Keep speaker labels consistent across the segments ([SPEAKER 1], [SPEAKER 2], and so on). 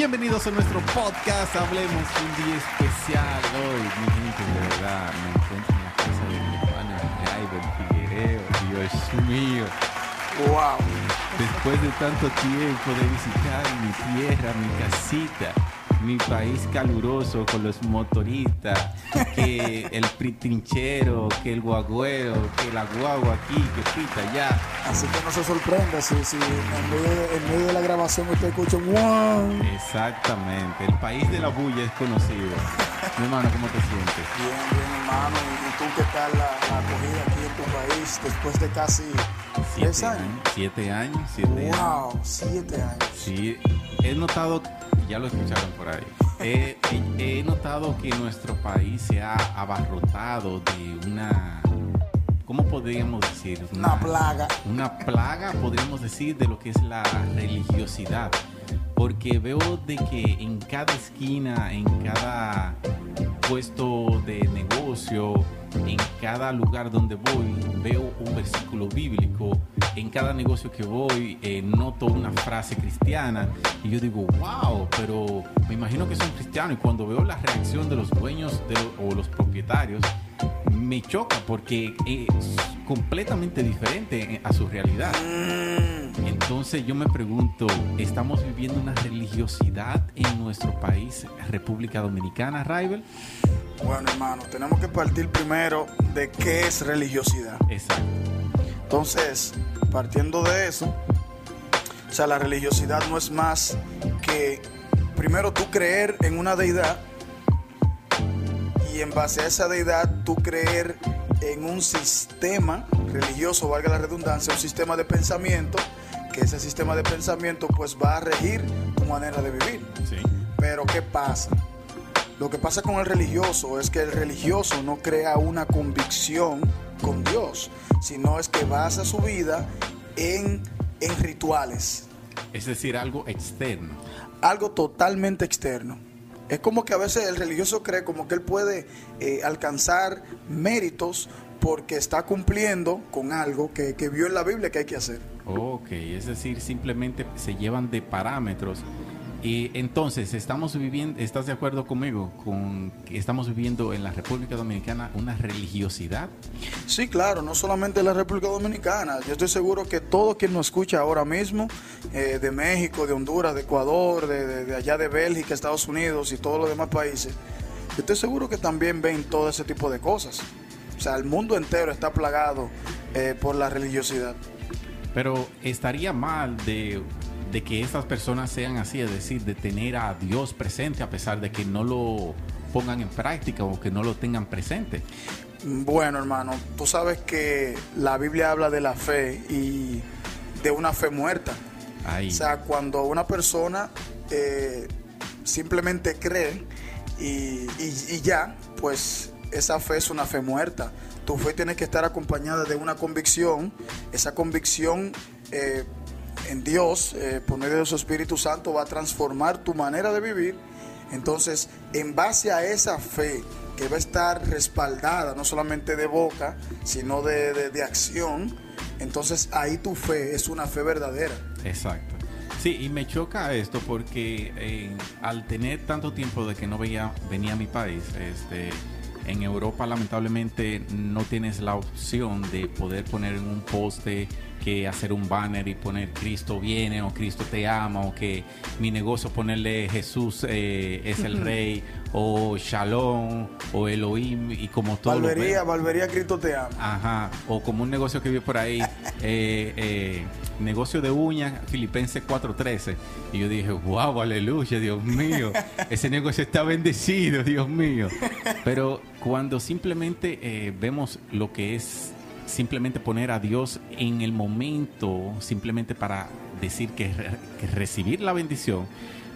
[SPEAKER 1] Bienvenidos a nuestro podcast. Hablemos un día especial hoy. Mi gente, de verdad, me encuentro en la casa de mi hermano Raivel Figuereo. Dios mío.
[SPEAKER 2] Wow.
[SPEAKER 1] Después de tanto tiempo de visitar mi tierra, mi casita, mi país caluroso con los motoristas, que el trinchero, que el guagüero, que la guagua aquí, que pita allá.
[SPEAKER 2] Así que no se sorprenda si en medio de la grabación usted escucha un wow.
[SPEAKER 1] Exactamente, el país de la bulla es conocido. Mi hermano, ¿cómo te sientes?
[SPEAKER 2] Bien, hermano. ¿Y tú qué tal la acogida aquí en tu país después de casi 3 años?
[SPEAKER 1] 7 años.
[SPEAKER 2] Wow, 7 años.
[SPEAKER 1] Sí, he notado, ya lo escucharon por ahí, he notado que nuestro país se ha abarrotado de una, ¿cómo podríamos decir?
[SPEAKER 2] Una plaga.
[SPEAKER 1] Una plaga, podríamos decir, de lo que es la religiosidad. Porque veo de que en cada esquina, en cada puesto de negocio, en cada lugar donde voy, veo un versículo bíblico. En cada negocio que voy, noto una frase cristiana. Y yo digo, wow, pero me imagino que son cristianos. Y cuando veo la reacción de los dueños o los propietarios, me choca porque es completamente diferente a su realidad. Entonces yo me pregunto, ¿estamos viviendo una religiosidad en nuestro país, República Dominicana, Raivel?
[SPEAKER 2] Bueno, hermano, tenemos que partir primero de qué es religiosidad.
[SPEAKER 1] Exacto.
[SPEAKER 2] Entonces, partiendo de eso, o sea, la religiosidad no es más que primero tú creer en una deidad y en base a esa deidad tú creer en un sistema religioso, valga la redundancia, un sistema de pensamiento, que ese sistema de pensamiento pues va a regir tu manera de vivir.
[SPEAKER 1] Sí.
[SPEAKER 2] Pero ¿qué pasa? Lo que pasa con el religioso es que el religioso no crea una convicción con Dios, sino es que basa su vida en rituales.
[SPEAKER 1] Es decir, algo externo.
[SPEAKER 2] Algo totalmente externo. Es como que a veces el religioso cree como que él puede alcanzar méritos porque está cumpliendo con algo que vio en la Biblia que hay que hacer.
[SPEAKER 1] Ok, es decir, simplemente se llevan de parámetros. Y entonces, ¿estás de acuerdo conmigo con que estamos viviendo en la República Dominicana una religiosidad?
[SPEAKER 2] Sí, claro, no solamente en la República Dominicana. Yo estoy seguro que todo quien nos escucha ahora mismo, de México, de Honduras, de Ecuador, de allá de Bélgica, Estados Unidos y todos los demás países, yo estoy seguro que también ven todo ese tipo de cosas. O sea, el mundo entero está plagado por la religiosidad.
[SPEAKER 1] Pero estaría mal de que estas personas sean así, es decir, de tener a Dios presente a pesar de que no lo pongan en práctica o que no lo tengan presente.
[SPEAKER 2] Bueno, hermano, tú sabes que la Biblia habla de la fe y de una fe muerta.
[SPEAKER 1] Ahí.
[SPEAKER 2] O sea, cuando una persona simplemente cree y ya, pues esa fe es una fe muerta. Tu fe tiene que estar acompañada de una convicción. Esa convicción en Dios, por medio de su Espíritu Santo, va a transformar tu manera de vivir. Entonces, en base a esa fe que va a estar respaldada, no solamente de boca, sino de acción, entonces ahí tu fe es una fe verdadera.
[SPEAKER 1] Exacto. Sí, y me choca esto porque al tener tanto tiempo de que no venía a mi país, en Europa lamentablemente no tienes la opción de poder poner en un poste, que hacer un banner y poner Cristo viene o Cristo te ama, o que mi negocio ponerle Jesús es el rey, o Shalom o Elohim, y como todo
[SPEAKER 2] Valvería Cristo te ama.
[SPEAKER 1] Ajá, o como un negocio que vi por ahí, negocio de uñas, Filipenses 4:13, y yo dije, wow, aleluya, Dios mío, ese negocio está bendecido, Dios mío. Pero cuando simplemente vemos lo que es simplemente poner a Dios en el momento, simplemente para decir que recibir la bendición,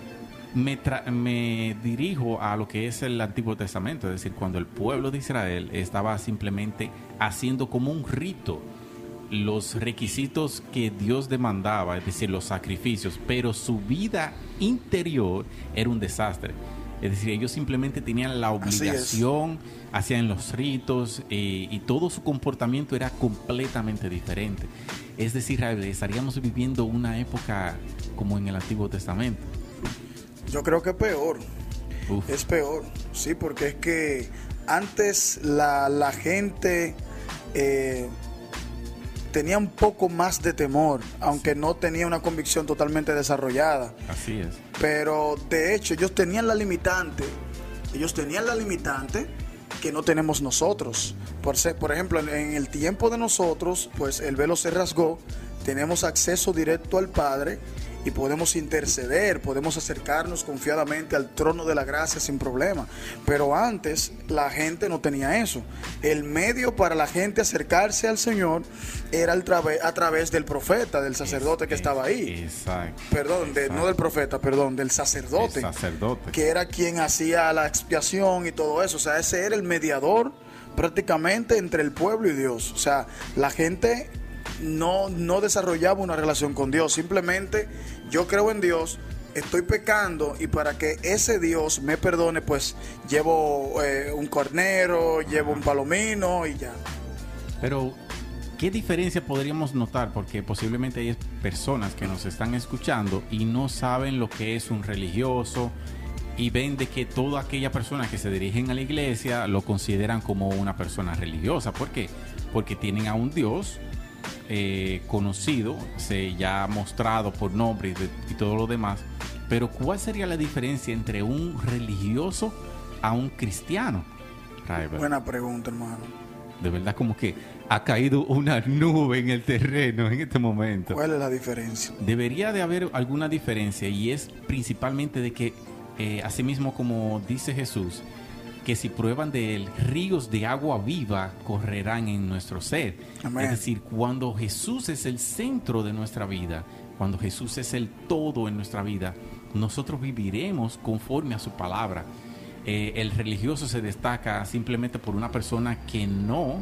[SPEAKER 1] me dirijo a lo que es el Antiguo Testamento, es decir, cuando el pueblo de Israel estaba simplemente haciendo como un rito los requisitos que Dios demandaba, es decir, los sacrificios, pero su vida interior era un desastre. Es decir, ellos simplemente tenían la obligación, hacían los ritos y todo su comportamiento era completamente diferente. Es decir, estaríamos viviendo una época como en el Antiguo Testamento.
[SPEAKER 2] Yo creo que es peor.
[SPEAKER 1] Uf.
[SPEAKER 2] Es peor, sí, porque es que antes la gente tenía un poco más de temor, aunque no tenía una convicción totalmente desarrollada.
[SPEAKER 1] Así es.
[SPEAKER 2] Pero de hecho ellos tenían la limitante que no tenemos nosotros. Por ejemplo, en el tiempo de nosotros, pues el velo se rasgó, tenemos acceso directo al Padre y podemos interceder, podemos acercarnos confiadamente al trono de la gracia sin problema. Pero antes la gente no tenía eso. El medio para la gente acercarse al Señor era a través del profeta, del sacerdote que estaba ahí.
[SPEAKER 1] Exacto.
[SPEAKER 2] Perdón, no del profeta, perdón, del sacerdote.
[SPEAKER 1] El sacerdote.
[SPEAKER 2] Que era quien hacía la expiación y todo eso. O sea, ese era el mediador prácticamente entre el pueblo y Dios. O sea, la gente no desarrollaba una relación con Dios. Simplemente yo creo en Dios, estoy pecando y para que ese Dios me perdone, pues llevo un cornero, llevo un palomino y ya.
[SPEAKER 1] Pero, ¿qué diferencia podríamos notar? Porque posiblemente hay personas que nos están escuchando y no saben lo que es un religioso y ven de que toda aquella persona que se dirigen a la iglesia lo consideran como una persona religiosa. ¿Por qué? Porque tienen a un Dios conocido, se ya ha mostrado por nombre y todo lo demás. Pero ¿cuál sería la diferencia entre un religioso a un cristiano? Raiber,
[SPEAKER 2] Buena pregunta, hermano.
[SPEAKER 1] de verdad como que ha caído una nube en el terreno en este momento.
[SPEAKER 2] ¿Cuál es la diferencia?
[SPEAKER 1] Debería de haber alguna diferencia y es principalmente de que asimismo como dice Jesús, que si prueban de él, ríos de agua viva correrán en nuestro ser.
[SPEAKER 2] Amén.
[SPEAKER 1] Es decir, cuando Jesús es el centro de nuestra vida, cuando Jesús es el todo en nuestra vida, nosotros viviremos conforme a su palabra. El religioso se destaca simplemente por una persona que no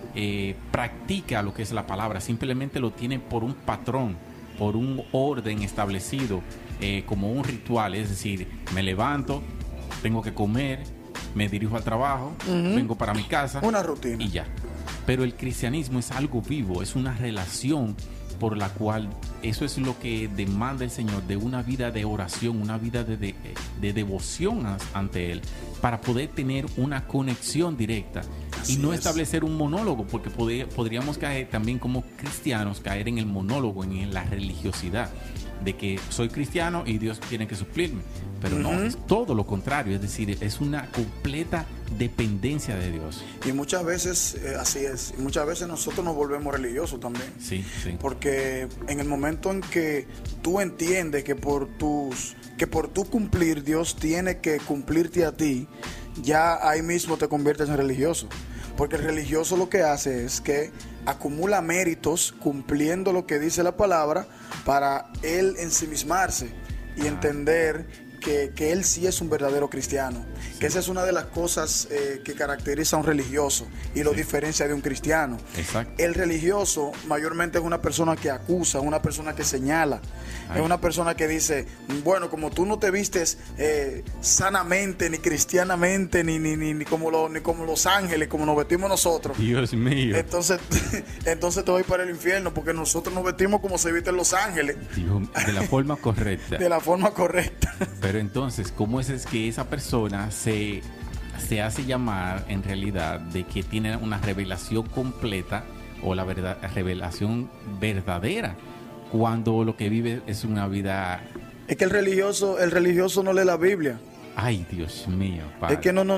[SPEAKER 1] practica lo que es la palabra, simplemente lo tiene por un patrón, por un orden establecido, como un ritual. Es decir, me levanto, tengo que comer, me dirijo al trabajo, vengo para mi casa,
[SPEAKER 2] una rutina
[SPEAKER 1] y ya. Pero el cristianismo es algo vivo, es una relación por la cual eso es lo que demanda el Señor, de una vida de oración, una vida de devoción ante Él, para poder tener una conexión directa. Así y no establecer un monólogo, porque podríamos caer también como cristianos, caer en el monólogo, en la religiosidad, de que soy cristiano y Dios tiene que suplirme. Pero no, es todo lo contrario, es decir, es una completa dependencia de Dios.
[SPEAKER 2] Y muchas veces, así es, y muchas veces nosotros nos volvemos religiosos también.
[SPEAKER 1] Sí, sí.
[SPEAKER 2] Porque en el momento en que tú entiendes que por tu cumplir, Dios tiene que cumplirte a ti, ya ahí mismo te conviertes en religioso. Porque el religioso lo que hace es que acumula méritos cumpliendo lo que dice la palabra para él ensimismarse y entender que él sí es un verdadero cristiano. Sí. Que esa es una de las cosas que caracteriza a un religioso y lo diferencia de un cristiano.
[SPEAKER 1] Exacto.
[SPEAKER 2] El religioso mayormente es una persona que acusa, una persona que señala. Es una persona que dice, bueno, como tú no te vistes sanamente, ni cristianamente, ni como los ángeles, como nos vestimos nosotros.
[SPEAKER 1] Dios mío.
[SPEAKER 2] Entonces te voy para el infierno, porque nosotros nos vestimos como se visten los ángeles.
[SPEAKER 1] Dios, de la forma correcta.
[SPEAKER 2] De la forma correcta.
[SPEAKER 1] Pero entonces, ¿cómo es que esa persona se hace llamar en realidad de que tiene una revelación completa o la revelación verdadera, cuando lo que vive es una vida?
[SPEAKER 2] Es que el religioso no lee la Biblia.
[SPEAKER 1] Ay, Dios mío, padre.
[SPEAKER 2] Es que no.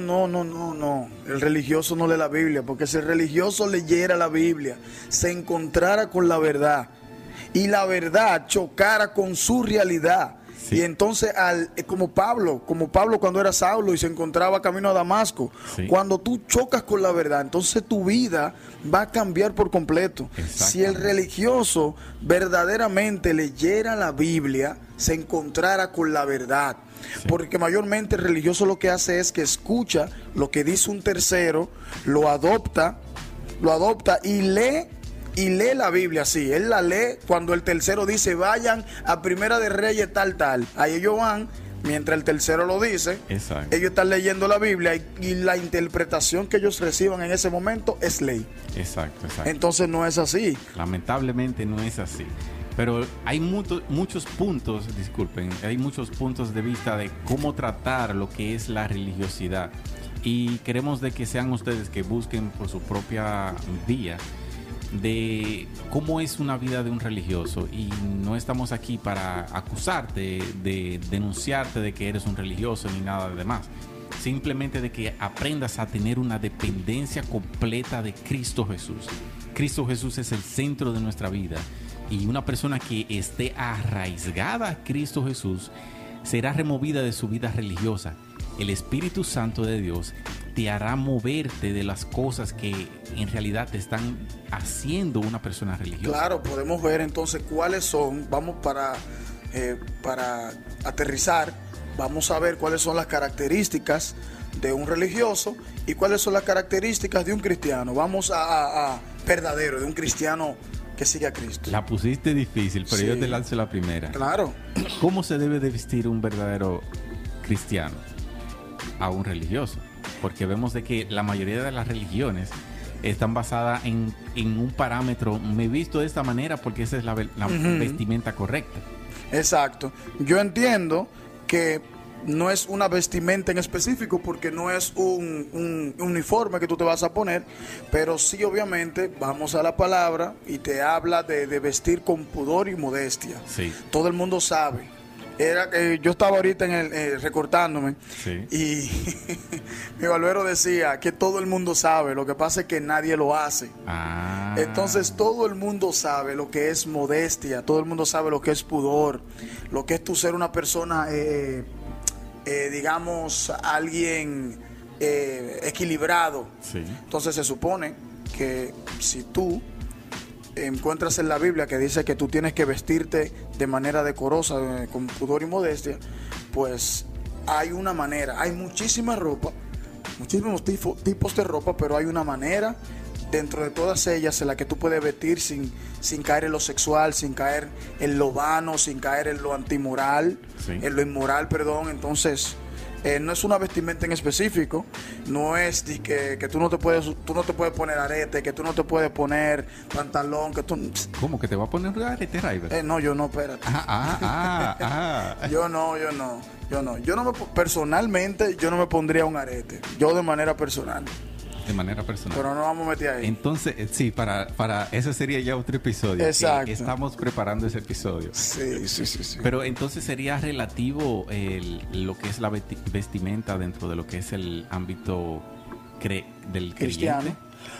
[SPEAKER 2] El religioso no lee la Biblia, porque si el religioso leyera la Biblia, se encontrara con la verdad y la verdad chocara con su realidad. Sí. Y entonces, como Pablo cuando era Saulo y se encontraba camino a Damasco, sí. Cuando tú chocas con la verdad, entonces tu vida va a cambiar por completo. Si el religioso verdaderamente leyera la Biblia, se encontrara con la verdad. Sí. Porque mayormente el religioso lo que hace es que escucha lo que dice un tercero, lo adopta y lee la Biblia, sí, él la lee cuando el tercero dice vayan a Primera de Reyes tal. Ahí ellos van, mientras el tercero lo dice.
[SPEAKER 1] Exacto.
[SPEAKER 2] Ellos están leyendo la Biblia y la interpretación que ellos reciban en ese momento es ley.
[SPEAKER 1] Exacto.
[SPEAKER 2] Entonces no es así.
[SPEAKER 1] Lamentablemente no es así. Pero hay muchos puntos, disculpen, hay muchos puntos de vista de cómo tratar lo que es la religiosidad. Y queremos de que sean ustedes que busquen por su propia vía de cómo es una vida de un religioso. Y no estamos aquí para acusarte, de denunciarte de que eres un religioso ni nada de demás. Simplemente de que aprendas a tener una dependencia completa de Cristo Jesús. Cristo Jesús es el centro de nuestra vida. Y una persona que esté arraigada a Cristo Jesús será removida de su vida religiosa. El Espíritu Santo de Dios te hará moverte de las cosas que en realidad te están haciendo una persona religiosa.
[SPEAKER 2] Claro, podemos ver entonces cuáles son, vamos para aterrizar, vamos a ver cuáles son las características de un religioso y cuáles son las características de un cristiano. Vamos a verdadero, de un cristiano que sigue a Cristo.
[SPEAKER 1] La pusiste difícil, pero
[SPEAKER 2] sí,
[SPEAKER 1] yo te lanzo la primera.
[SPEAKER 2] Claro.
[SPEAKER 1] ¿Cómo se debe de vestir un verdadero cristiano a un religioso? Porque vemos de que la mayoría de las religiones están basadas en un parámetro. Me he visto de esta manera porque esa es la vestimenta correcta.
[SPEAKER 2] Exacto. Yo entiendo que no es una vestimenta en específico porque no es un uniforme que tú te vas a poner, pero sí obviamente vamos a la palabra y te habla de vestir con pudor y modestia.
[SPEAKER 1] Sí.
[SPEAKER 2] Todo el mundo sabe. Yo estaba ahorita recortándome, sí, y mi barbero decía que todo el mundo sabe, lo que pasa es que nadie lo hace. Entonces todo el mundo sabe lo que es modestia, todo el mundo sabe lo que es pudor, lo que es tú ser una persona digamos, alguien equilibrado.
[SPEAKER 1] Sí.
[SPEAKER 2] Entonces se supone que si tú encuentras en la Biblia que dice que tú tienes que vestirte de manera decorosa, con pudor y modestia, pues hay una manera, hay muchísima ropa, muchísimos tipos de ropa, pero hay una manera dentro de todas ellas en la que tú puedes vestir sin caer en lo sexual, sin caer en lo vano, sin caer en lo antimoral, sí, en lo inmoral, perdón. Entonces, no es una vestimenta en específico, no es que tú no te puedes poner arete, que tú no te puedes poner pantalón, que tú...
[SPEAKER 1] ¿Cómo que te va a poner arete, Raiver?
[SPEAKER 2] No, yo no, espérate. Personalmente, yo no me pondría un arete, yo de manera personal.
[SPEAKER 1] De manera personal.
[SPEAKER 2] Pero no vamos a meter ahí.
[SPEAKER 1] Entonces, sí, para ese sería ya otro episodio.
[SPEAKER 2] Exacto.
[SPEAKER 1] Estamos preparando ese episodio.
[SPEAKER 2] Sí.
[SPEAKER 1] Pero entonces sería relativo lo que es la vestimenta dentro de lo que es el ámbito del cristiano.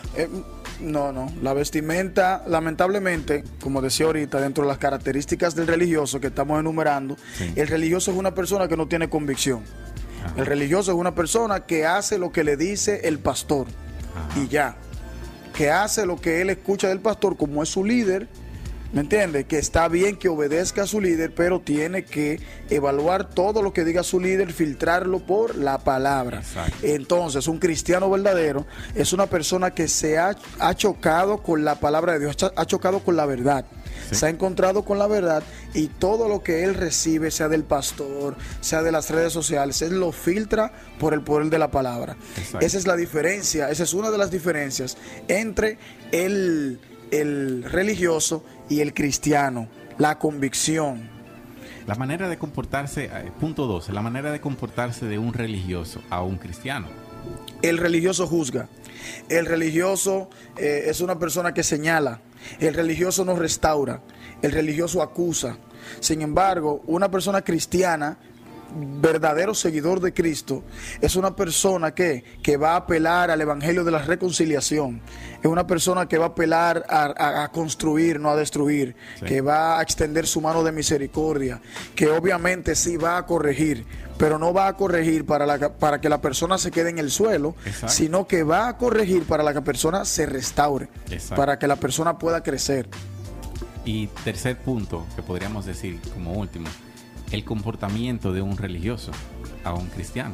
[SPEAKER 2] No. La vestimenta, lamentablemente, como decía ahorita, dentro de las características del religioso que estamos enumerando, sí, el religioso es una persona que no tiene convicción. Ajá. El religioso es una persona que hace lo que le dice el pastor. Ajá. Y ya, que hace lo que él escucha del pastor como es su líder, ¿me entiendes? Que está bien que obedezca a su líder, pero tiene que evaluar todo lo que diga su líder, filtrarlo por la palabra. Exacto. Entonces, un cristiano verdadero es una persona que se ha chocado con la palabra de Dios, ha chocado con la verdad. Sí. Se ha encontrado con la verdad y todo lo que él recibe, sea del pastor, sea de las redes sociales, él lo filtra por el poder de la palabra. Exacto. Esa es la diferencia, esa es una de las diferencias entre el religioso y el cristiano, la convicción.
[SPEAKER 1] La manera de comportarse, punto 12, la manera de comportarse de un religioso a un cristiano.
[SPEAKER 2] El religioso juzga. El religioso es una persona que señala. El religioso no restaura. El religioso acusa. Sin embargo, una persona cristiana, verdadero seguidor de Cristo, es una persona que va a apelar al evangelio de la reconciliación. Es una persona que va a apelar a construir, no a destruir. Sí. Que va a extender su mano de misericordia, que obviamente sí va a corregir, pero no va a corregir para que la persona se quede en el suelo. Exacto. Sino que va a corregir para que la persona se restaure. Exacto. Para que la persona pueda crecer.
[SPEAKER 1] Y tercer punto que podríamos decir como último, el comportamiento de un religioso a un cristiano.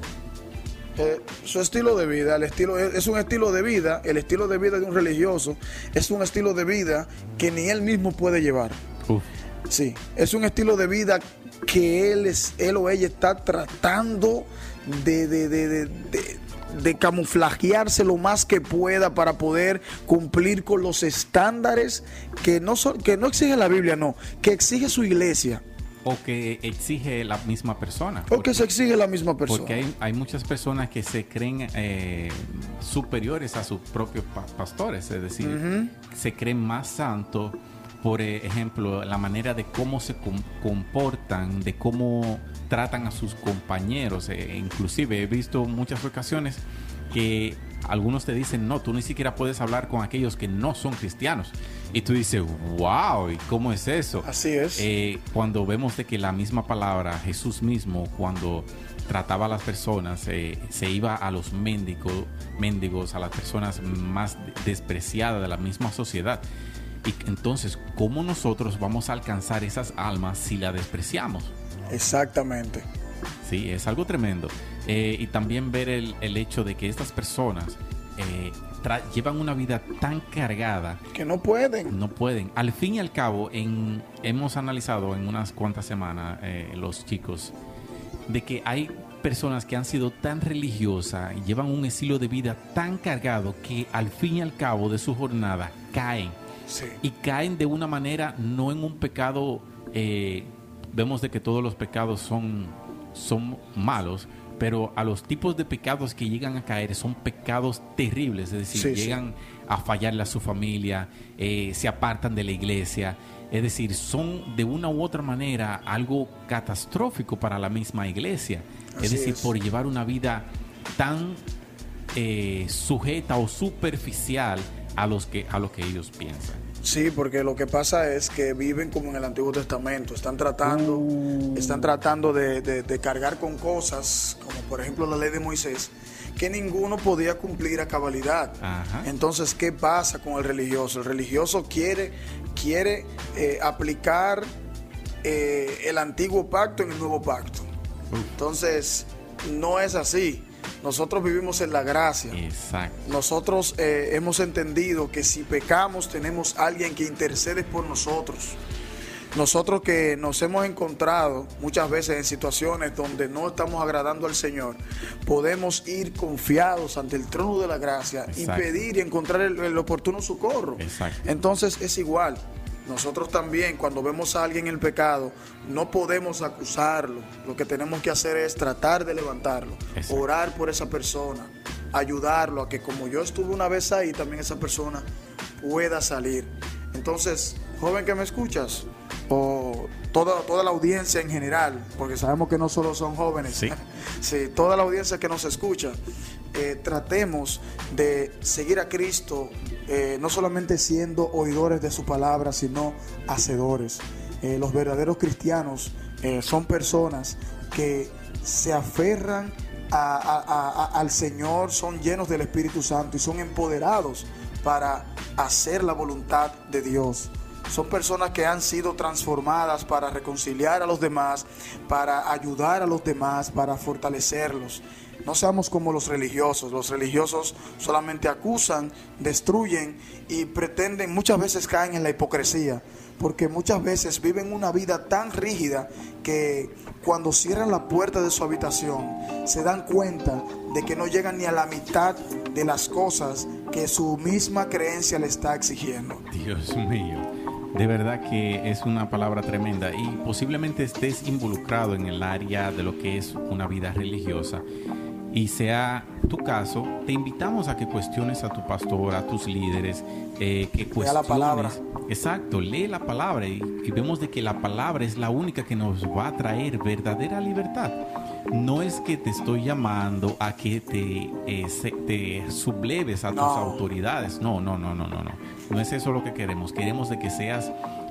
[SPEAKER 2] Su estilo de vida, es un estilo de vida, el estilo de vida de un religioso es un estilo de vida que ni él mismo puede llevar. Sí, es un estilo de vida que él o ella está tratando de de camuflajearse lo más que pueda para poder cumplir con los estándares que no exige la Biblia, no, que exige su iglesia.
[SPEAKER 1] O que exige la misma persona.
[SPEAKER 2] O que se exige la misma persona.
[SPEAKER 1] Porque hay muchas personas que se creen superiores a sus propios pastores. Es decir, se creen más santos. Por ejemplo, la manera de cómo se comportan, de cómo tratan a sus compañeros. Inclusive he visto muchas ocasiones que algunos te dicen, no, tú ni siquiera puedes hablar con aquellos que no son cristianos. Y tú dices, wow, ¿y cómo es eso?
[SPEAKER 2] Así es.
[SPEAKER 1] Cuando vemos de que la misma palabra, Jesús mismo, cuando trataba a las personas, se iba a los mendigos, a las personas más despreciadas de la misma sociedad. Y entonces, ¿cómo nosotros vamos a alcanzar esas almas si las despreciamos?
[SPEAKER 2] Exactamente.
[SPEAKER 1] Sí, es algo tremendo. Y también ver el hecho de que estas personas llevan una vida tan cargada
[SPEAKER 2] que no pueden.
[SPEAKER 1] No pueden. Al fin y al cabo, hemos analizado en unas cuantas semanas, los chicos, de que hay personas que han sido tan religiosas y llevan un estilo de vida tan cargado que al fin y al cabo de su jornada caen.
[SPEAKER 2] Sí.
[SPEAKER 1] Y caen de una manera, no en un pecado. Vemos de que todos los pecados son malos, pero a los tipos de pecados que llegan a caer son pecados terribles. Es decir, llegan a fallarle a su familia, se apartan de la iglesia. Es decir, son de una u otra manera algo catastrófico para la misma iglesia. Es decir, por llevar una vida tan sujeta o superficial a lo que ellos piensan.
[SPEAKER 2] Sí, porque lo que pasa es que viven como en el Antiguo Testamento. Están tratando de cargar con cosas, como por ejemplo la ley de Moisés, que ninguno podía cumplir a cabalidad.
[SPEAKER 1] Ajá.
[SPEAKER 2] Entonces, ¿qué pasa con el religioso? El religioso quiere aplicar el antiguo pacto en el nuevo pacto. Entonces, no es así. Nosotros vivimos en la gracia.
[SPEAKER 1] Exacto.
[SPEAKER 2] Nosotros hemos entendido que si pecamos tenemos alguien que intercede por nosotros. Nosotros que nos hemos encontrado muchas veces en situaciones donde no estamos agradando al Señor, podemos ir confiados ante el trono de la gracia. Exacto. Y pedir y encontrar el oportuno socorro.
[SPEAKER 1] Exacto.
[SPEAKER 2] Entonces es igual. Nosotros también, cuando vemos a alguien en el pecado, no podemos acusarlo. Lo que tenemos que hacer es tratar de levantarlo. Exacto. Orar por esa persona, ayudarlo a que, como yo estuve una vez ahí, también esa persona pueda salir. Entonces, joven que me escuchas, o toda la audiencia en general, porque sabemos que no solo son jóvenes,
[SPEAKER 1] sí.
[SPEAKER 2] Sí, toda la audiencia que nos escucha, tratemos de seguir a Cristo, no solamente siendo oidores de su palabra, sino hacedores. Los verdaderos cristianos son personas que se aferran al Señor, son llenos del Espíritu Santo y son empoderados para hacer la voluntad de Dios. Son personas que han sido transformadas para reconciliar a los demás, para ayudar a los demás, para fortalecerlos. No seamos como los religiosos. Los religiosos solamente acusan, destruyen y pretenden, muchas veces caen en la hipocresía, porque muchas veces viven una vida tan rígida que cuando cierran la puerta de su habitación se dan cuenta de que no llegan ni a la mitad de las cosas que su misma creencia le está exigiendo.
[SPEAKER 1] Dios mío. De verdad que es una palabra tremenda y posiblemente estés involucrado en el área de lo que es una vida religiosa y sea tu caso, te invitamos a que cuestiones a tu pastor, a tus líderes, que cuestiones.
[SPEAKER 2] Lea la palabra.
[SPEAKER 1] Exacto, lee la palabra y vemos de que la palabra es la única que nos va a traer verdadera libertad. No es que te estoy llamando a que te subleves a tus autoridades. No. No es eso lo que queremos. Queremos de que seas,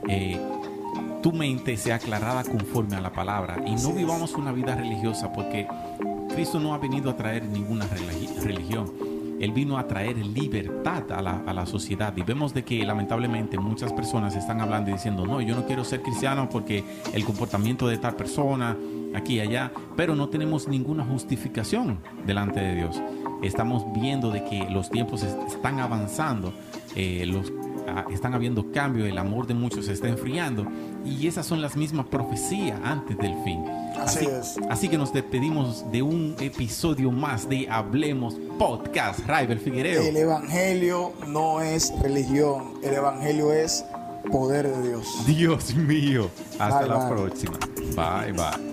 [SPEAKER 1] tu mente sea aclarada conforme a la palabra y no vivamos una vida religiosa, porque Cristo no ha venido a traer ninguna religión. Él vino a traer libertad a la sociedad y vemos de que lamentablemente muchas personas están hablando y diciendo, no, yo no quiero ser cristiano porque el comportamiento de tal persona, aquí y allá, pero no tenemos ninguna justificación delante de Dios. Estamos viendo de que los tiempos están avanzando, están habiendo cambios, el amor de muchos se está enfriando, y esas son las mismas profecías antes del fin.
[SPEAKER 2] Así es.
[SPEAKER 1] Así que nos despedimos de un episodio más de Hablemos Podcast. Raibel Figuereo.
[SPEAKER 2] El evangelio no es religión, el evangelio es poder de Dios.
[SPEAKER 1] Dios mío. Hasta
[SPEAKER 2] Bye,
[SPEAKER 1] la
[SPEAKER 2] bye.
[SPEAKER 1] próxima. Bye, bye.